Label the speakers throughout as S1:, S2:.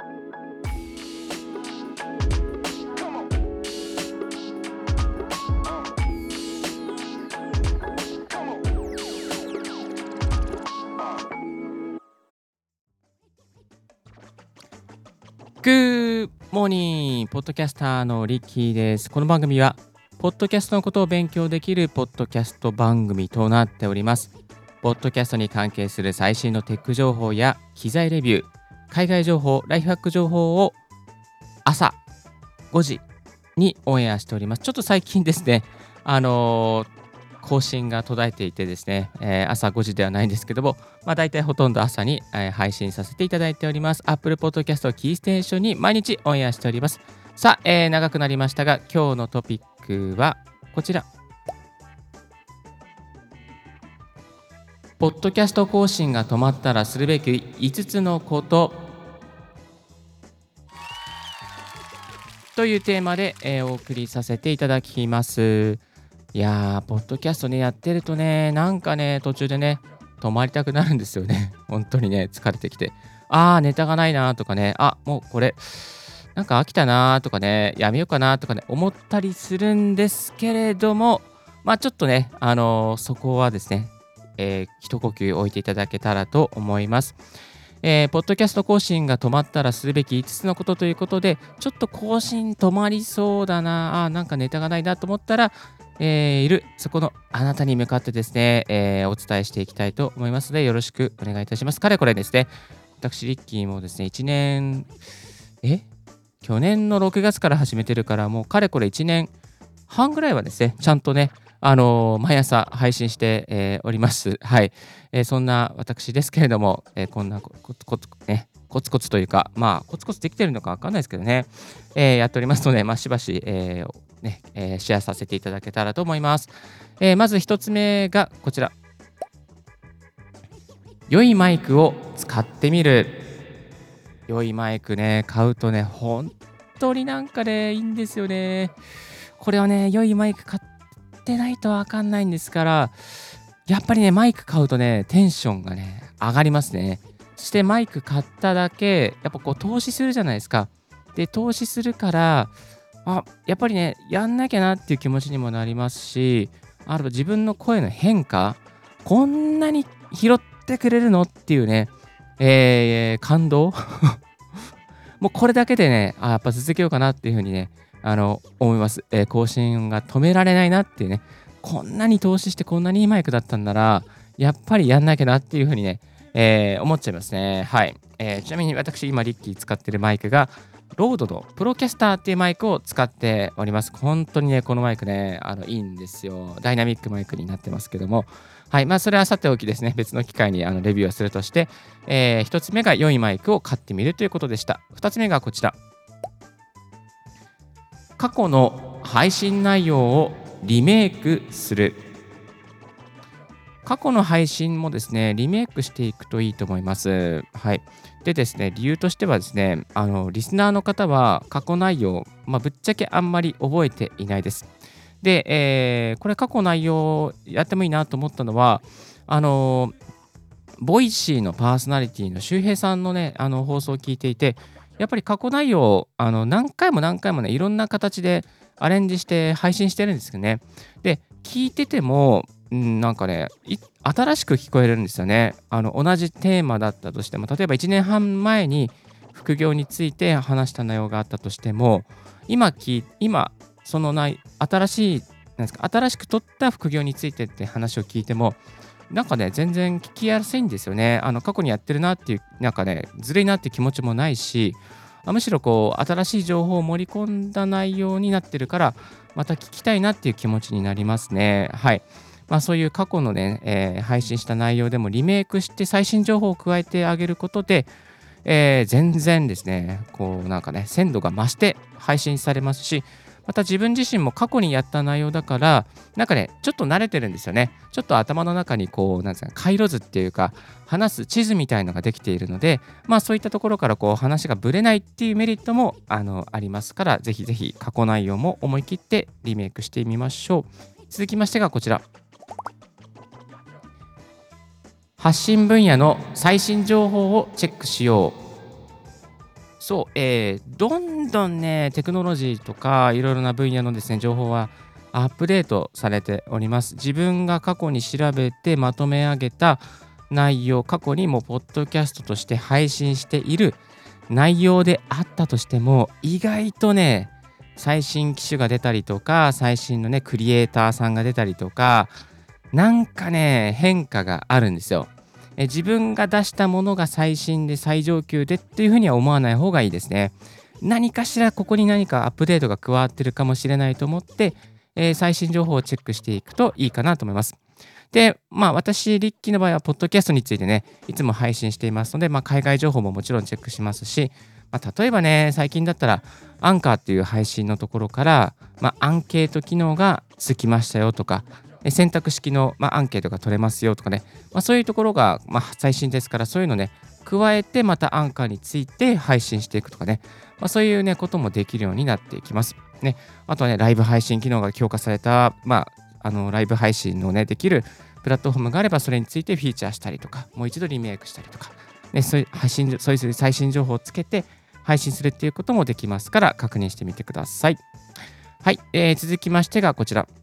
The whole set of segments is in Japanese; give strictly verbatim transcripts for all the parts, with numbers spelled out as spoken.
S1: グッモーニングポッドキャスターのリッキーです。この番組はポッドキャストのことを勉強できるポッドキャスト番組となっております。ポッドキャストに関係する最新のテック情報や機材レビュー、海外情報、ライフハック情報を朝ごじにオンエアしております。ちょっと最近ですね、あのー更新が途絶えていてですね、えー朝ごじではないんですけども、まあ、大体ほとんど朝に、えー配信させていただいております。Apple Podcast キーステーションに毎日オンエアしております。さあ、えー長くなりましたが、今日のトピックはこちら。ポッドキャスト更新が止まったらするべきいつつのことというテーマで、えーお送りさせていただきます。いやー、ポッドキャストね、やってるとね、なんかね、途中でね、止まりたくなるんですよね。本当にね、疲れてきて。あー、ネタがないなーとかね、あ、もうこれ、なんか飽きたなーとかね、やめようかなーとかね、思ったりするんですけれども、まあちょっとね、あのーそこはですね、えー一呼吸置いていただけたらと思います。えーポッドキャスト更新が止まったらするべきいつつのことということで、ちょっと更新止まりそうだな、あーなんかネタがないなと思ったら、えーいるそこのあなたに向かってですね、えーお伝えしていきたいと思いますので、よろしくお願いいたします。かれこれですね、私、リッキーもですね、いちねん、え去年のろくがつから始めてるから、もうかれこれいちねんはんぐらいはですね、ちゃんとね、あのー毎朝配信して、えーおります。はい、えーそんな私ですけれども、えーこんなこコツコツね、コツコツというか、まあ、コツコツできてるのかわかんないですけどね、えーやっておりますので、まあ、しばし、えーねえーシェアさせていただけたらと思います。えーまず一つ目がこちら。良いマイクを使ってみる。良いマイクね、買うとね、本当になんかね、いいんですよね。これはね、良いマイク買ってないとわかんないんですから、やっぱりね、マイク買うとね、テンションがね、上がりますね。そしてマイク買っただけ、やっぱこう投資するじゃないですか。で、投資するから、あ、やっぱりね、やんなきゃなっていう気持ちにもなりますし、あと自分の声の変化、こんなに拾ってくれるのっていうね、えー感動もうこれだけでね、あ、やっぱ続けようかなっていう風にね、あの、思います。えー更新が止められないなっていうね、こんなに投資してこんなにいいマイクだったんなら、やっぱりやんなきゃなっていう風にね、えー思っちゃいますね。はい。えーちなみに私、今、リッキー使ってるマイクが、ロードのプロキャスターっていうマイクを使っております。本当にね、このマイクね、あのいいんですよ。ダイナミックマイクになってますけども、はい、まあ、それはさておきですね、別の機会にあのレビューをするとして、えー、ひとつめが良いマイクを買ってみるということでした。ふたつめがこちら。過去の配信内容をリメイクする。過去の配信もですね、リメイクしていくといいと思います。はい。でですね、理由としてはですね、あの、リスナーの方は過去内容、まあ、ぶっちゃけあんまり覚えていないです。で、えーこれ過去内容やってもいいなと思ったのは、あの、ボイシーのパーソナリティの周平さんのね、あの、放送を聞いていて、やっぱり過去内容を、あの、何回も何回もね、いろんな形でアレンジして配信してるんですけどね。で、聞いてても、うん、なんかね、い新しく聞こえるんですよね。あの、同じテーマだったとしても、例えばいちねんはん前に副業について話した内容があったとしても、今聞い今、そのない新しい、なんですか、新しく取った副業についてって話を聞いても、なんかね、全然聞きやすいんですよね。あの、過去にやってるなっていう、なんかね、ずるいなっていう気持ちもないし、あむしろこう、新しい情報を盛り込んだ内容になってるから、また聞きたいなっていう気持ちになりますね。はい。まあ、そういう過去のね、えー配信した内容でもリメイクして最新情報を加えてあげることで、えー全然ですね、こうなんかね、鮮度が増して配信されますし、また自分自身も過去にやった内容だから、なんかね、ちょっと慣れてるんですよね。ちょっと頭の中にこう、なんですかね、回路図っていうか、話す地図みたいのができているので、まあそういったところからこう話がぶれないっていうメリットもあのありますから、ぜひぜひ過去内容も思い切ってリメイクしてみましょう。続きましてがこちら。発信分野の最新情報をチェックしよう。 そう、えーどんどんね、テクノロジーとかいろいろな分野のですね、情報はアップデートされております。自分が過去に調べてまとめ上げた内容、過去にもポッドキャストとして配信している内容であったとしても、意外とね、最新機種が出たりとか、最新のね、クリエイターさんが出たりとか、なんかね、変化があるんですよ。え自分が出したものが最新で最上級でっていうふうには思わない方がいいですね。何かしらここに何かアップデートが加わってるかもしれないと思って、えー最新情報をチェックしていくといいかなと思います。で、まあ私、リッキーの場合は、ポッドキャストについてね、いつも配信していますので、まあ海外情報ももちろんチェックしますし、まあ、例えばね、最近だったら、アンカーっていう配信のところから、まあ、アンケート機能がつきましたよとか、え選択式の、まあ、アンケートが取れますよとかね、まあ、そういうところが、まあ、最新ですから、そういうのね、加えてまたアンカーについて配信していくとかね、まあ、そういうね、こともできるようになっていきます。ね、あとはね、ライブ配信機能が強化された、まあ、あのライブ配信のね、できるプラットフォームがあれば、それについてフィーチャーしたりとか、もう一度リメイクしたりとか、ね、そういう配信、そういう最新情報をつけて配信するっていうこともできますから、確認してみてください。はい、えー続きましてがこちら。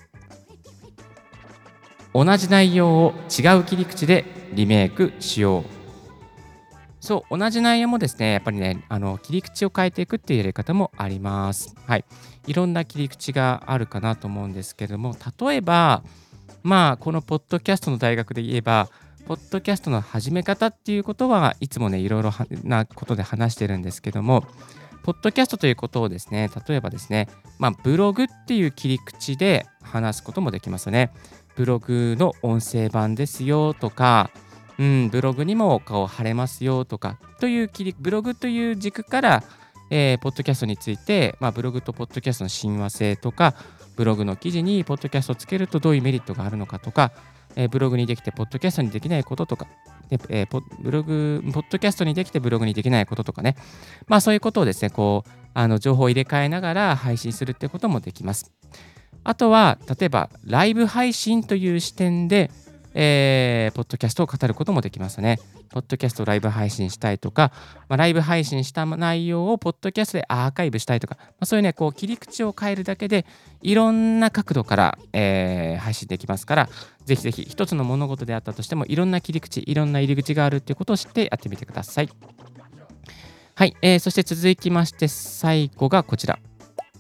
S1: 同じ内容を違う切り口でリメイクしよう。そう、同じ内容もですね、やっぱりね、あの切り口を変えていくっていうやり方もあります。はい。いろんな切り口があるかなと思うんですけれども、例えば、まあ、このポッドキャストの大学で言えば、ポッドキャストの始め方っていうことはいつもね、いろいろはなことで話してるんですけども、ポッドキャストということをですね、例えばですね、まあ、ブログっていう切り口で話すこともできますよね。ブログの音声版ですよとか、うん、ブログにも顔貼れますよとか、という切り、ブログという軸から、えーポッドキャストについて、まあ、ブログとポッドキャストの親和性とか、ブログの記事にポッドキャストをつけるとどういうメリットがあるのかとか、えーブログにできてポッドキャストにできないこととか、でえーポブログ、ポッドキャストにできてブログにできないこととかね、まあそういうことをですね、こう、あの情報を入れ替えながら配信するってこともできます。あとは、例えば、ライブ配信という視点で、えーポッドキャストを語ることもできますね。ポッドキャストをライブ配信したいとか、まあ、ライブ配信した内容をポッドキャストでアーカイブしたいとか、まあ、そういうね、こう切り口を変えるだけで、いろんな角度から、えー配信できますから、ぜひぜひ一つの物事であったとしても、いろんな切り口、いろんな入り口があるっていうことを知ってやってみてください。はい、えーそして続きまして最後がこちら。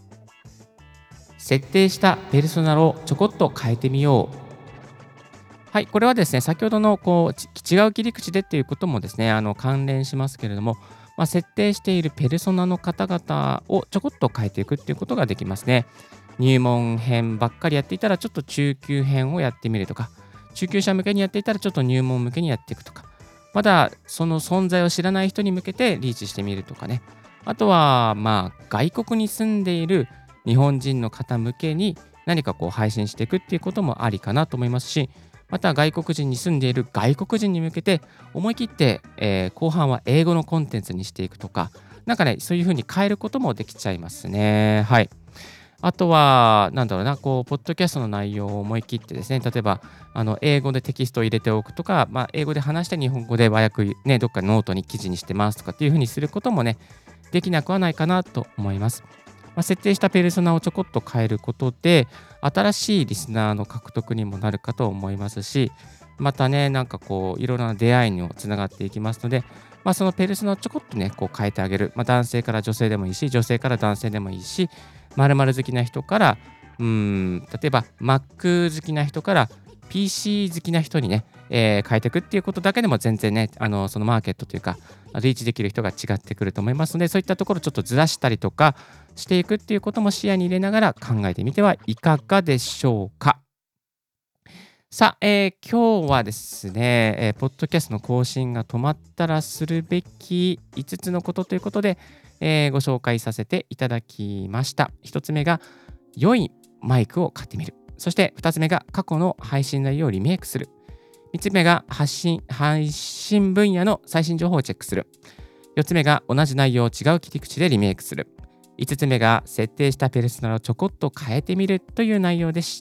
S1: 設定したペルソナをちょこっと変えてみよう。はい、これはですね、先ほどのこうち違う切り口でっていうこともですね、あの関連しますけれども、まあ、設定しているペルソナの方々をちょこっと変えていくっていうことができますね。入門編ばっかりやっていたら、ちょっと中級編をやってみるとか、中級者向けにやっていたら、ちょっと入門向けにやっていくとか、まだその存在を知らない人に向けてリーチしてみるとかね。あとは、まあ、外国に住んでいる日本人の方向けに何かこう配信していくっていうこともありかなと思いますし、また外国人に住んでいる外国人に向けて思い切って、えー後半は英語のコンテンツにしていくとか、なんかね、そういう風に変えることもできちゃいますね。はい。あとは、なんだろうな、こう、ポッドキャストの内容を思い切ってですね、例えば、あの、英語でテキストを入れておくとか、まあ、英語で話して日本語で和訳、ね、どっかノートに記事にしてますとかっていう風にすることもね、できなくはないかなと思います。まあ、設定したペルソナをちょこっと変えることで、新しいリスナーの獲得にもなるかと思いますし、またね、なんかこう、いろいろな出会いにもつながっていきますので、まあ、そのペルソナをちょこっとね、こう変えてあげる。まあ、男性から女性でもいいし、女性から男性でもいいし、〇〇好きな人から、うーん、例えば Mac 好きな人から ピーシー 好きな人にね、えー変えていくっていうことだけでも全然ね、あのそのマーケットというか、リーチできる人が違ってくると思いますので、そういったところをちょっとずらしたりとかしていくっていうことも視野に入れながら考えてみてはいかがでしょうか。さあ、えー今日はですね、えーポッドキャストの更新が止まったらするべきいつつのことということで、えーご紹介させていただきました。ひとつめが、良いマイクを買ってみる。そしてふたつめが、過去の配信内容をリメイクする。みっつめが、発信、配信分野の最新情報をチェックする。よっつめが、同じ内容を違う切り口でリメイクする。いつつめが、設定したペルソナをちょこっと変えてみるという内容でした。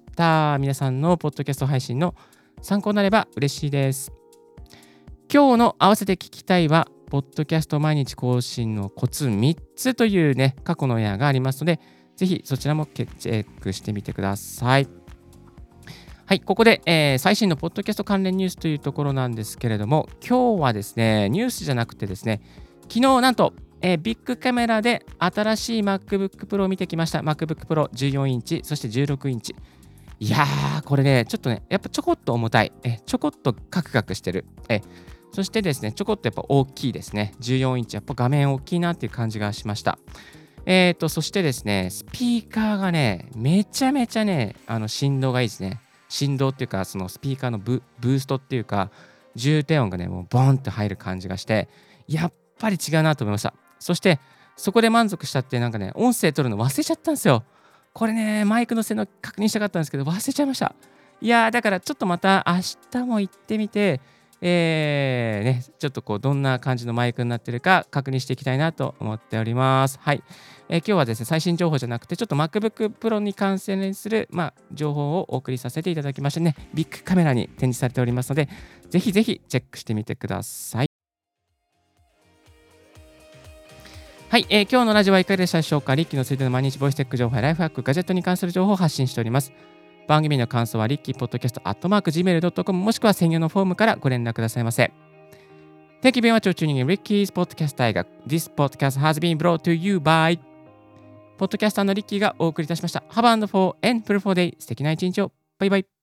S1: 皆さんのポッドキャスト配信の参考になれば嬉しいです。今日の合わせて聞きたいは、 ポッドキャスト毎日更新のコツみっつというね、過去のエアがありますので、ぜひそちらもチェックしてみてください。はい、ここで、えー最新のポッドキャスト関連ニュースというところなんですけれども、今日はですね、ニュースじゃなくてですね、昨日なんと、えービッグカメラで新しい MacBook Pro を見てきました。MacBook Pro じゅうよんインチ、そしてじゅうろくインチ。いやー、これね、ちょっとね、やっぱちょこっと重たい。えちょこっとカクカクしてる。えそしてですね、ちょこっとやっぱ大きいですね。じゅうよんインチ、やっぱ画面大きいなっていう感じがしました。えーと、そしてですね、スピーカーがね、めちゃめちゃね、あの振動がいいですね。振動っていうか、そのスピーカーのブブーストっていうか、重低音がね、もうボンって入る感じがして、やっぱり違うなと思いました。そして、そこで満足したって、なんかね、音声取るの忘れちゃったんですよ。これね、マイクの性能確認したかったんですけど、忘れちゃいました。いやー、だからちょっとまた明日も行ってみて、えーね、ちょっとこう、どんな感じのマイクになってるか確認していきたいなと思っております。はい。えー今日はですね、最新情報じゃなくて、ちょっと MacBook Pro に関連する、まあ、情報をお送りさせていただきましてね、ビッグカメラに展示されておりますので、ぜひぜひチェックしてみてください。はい、えー今日のラジオはいかがでしたでしょうか。リッキーのついての毎日ボイステック情報やライフハック、ガジェットに関する情報を発信しております。番組の感想はリッキーポッドキャストアットマーク ジーメールドットコム もしくは専用のフォームからご連絡くださいませ。Thank you very much for tuning in Ricky's Podcast 大学。This podcast has been brought to you by ポッドキャスターのリッキーがお送りいたしました。Have a wonderful and fruitful day。素敵な一日を。バイバイ。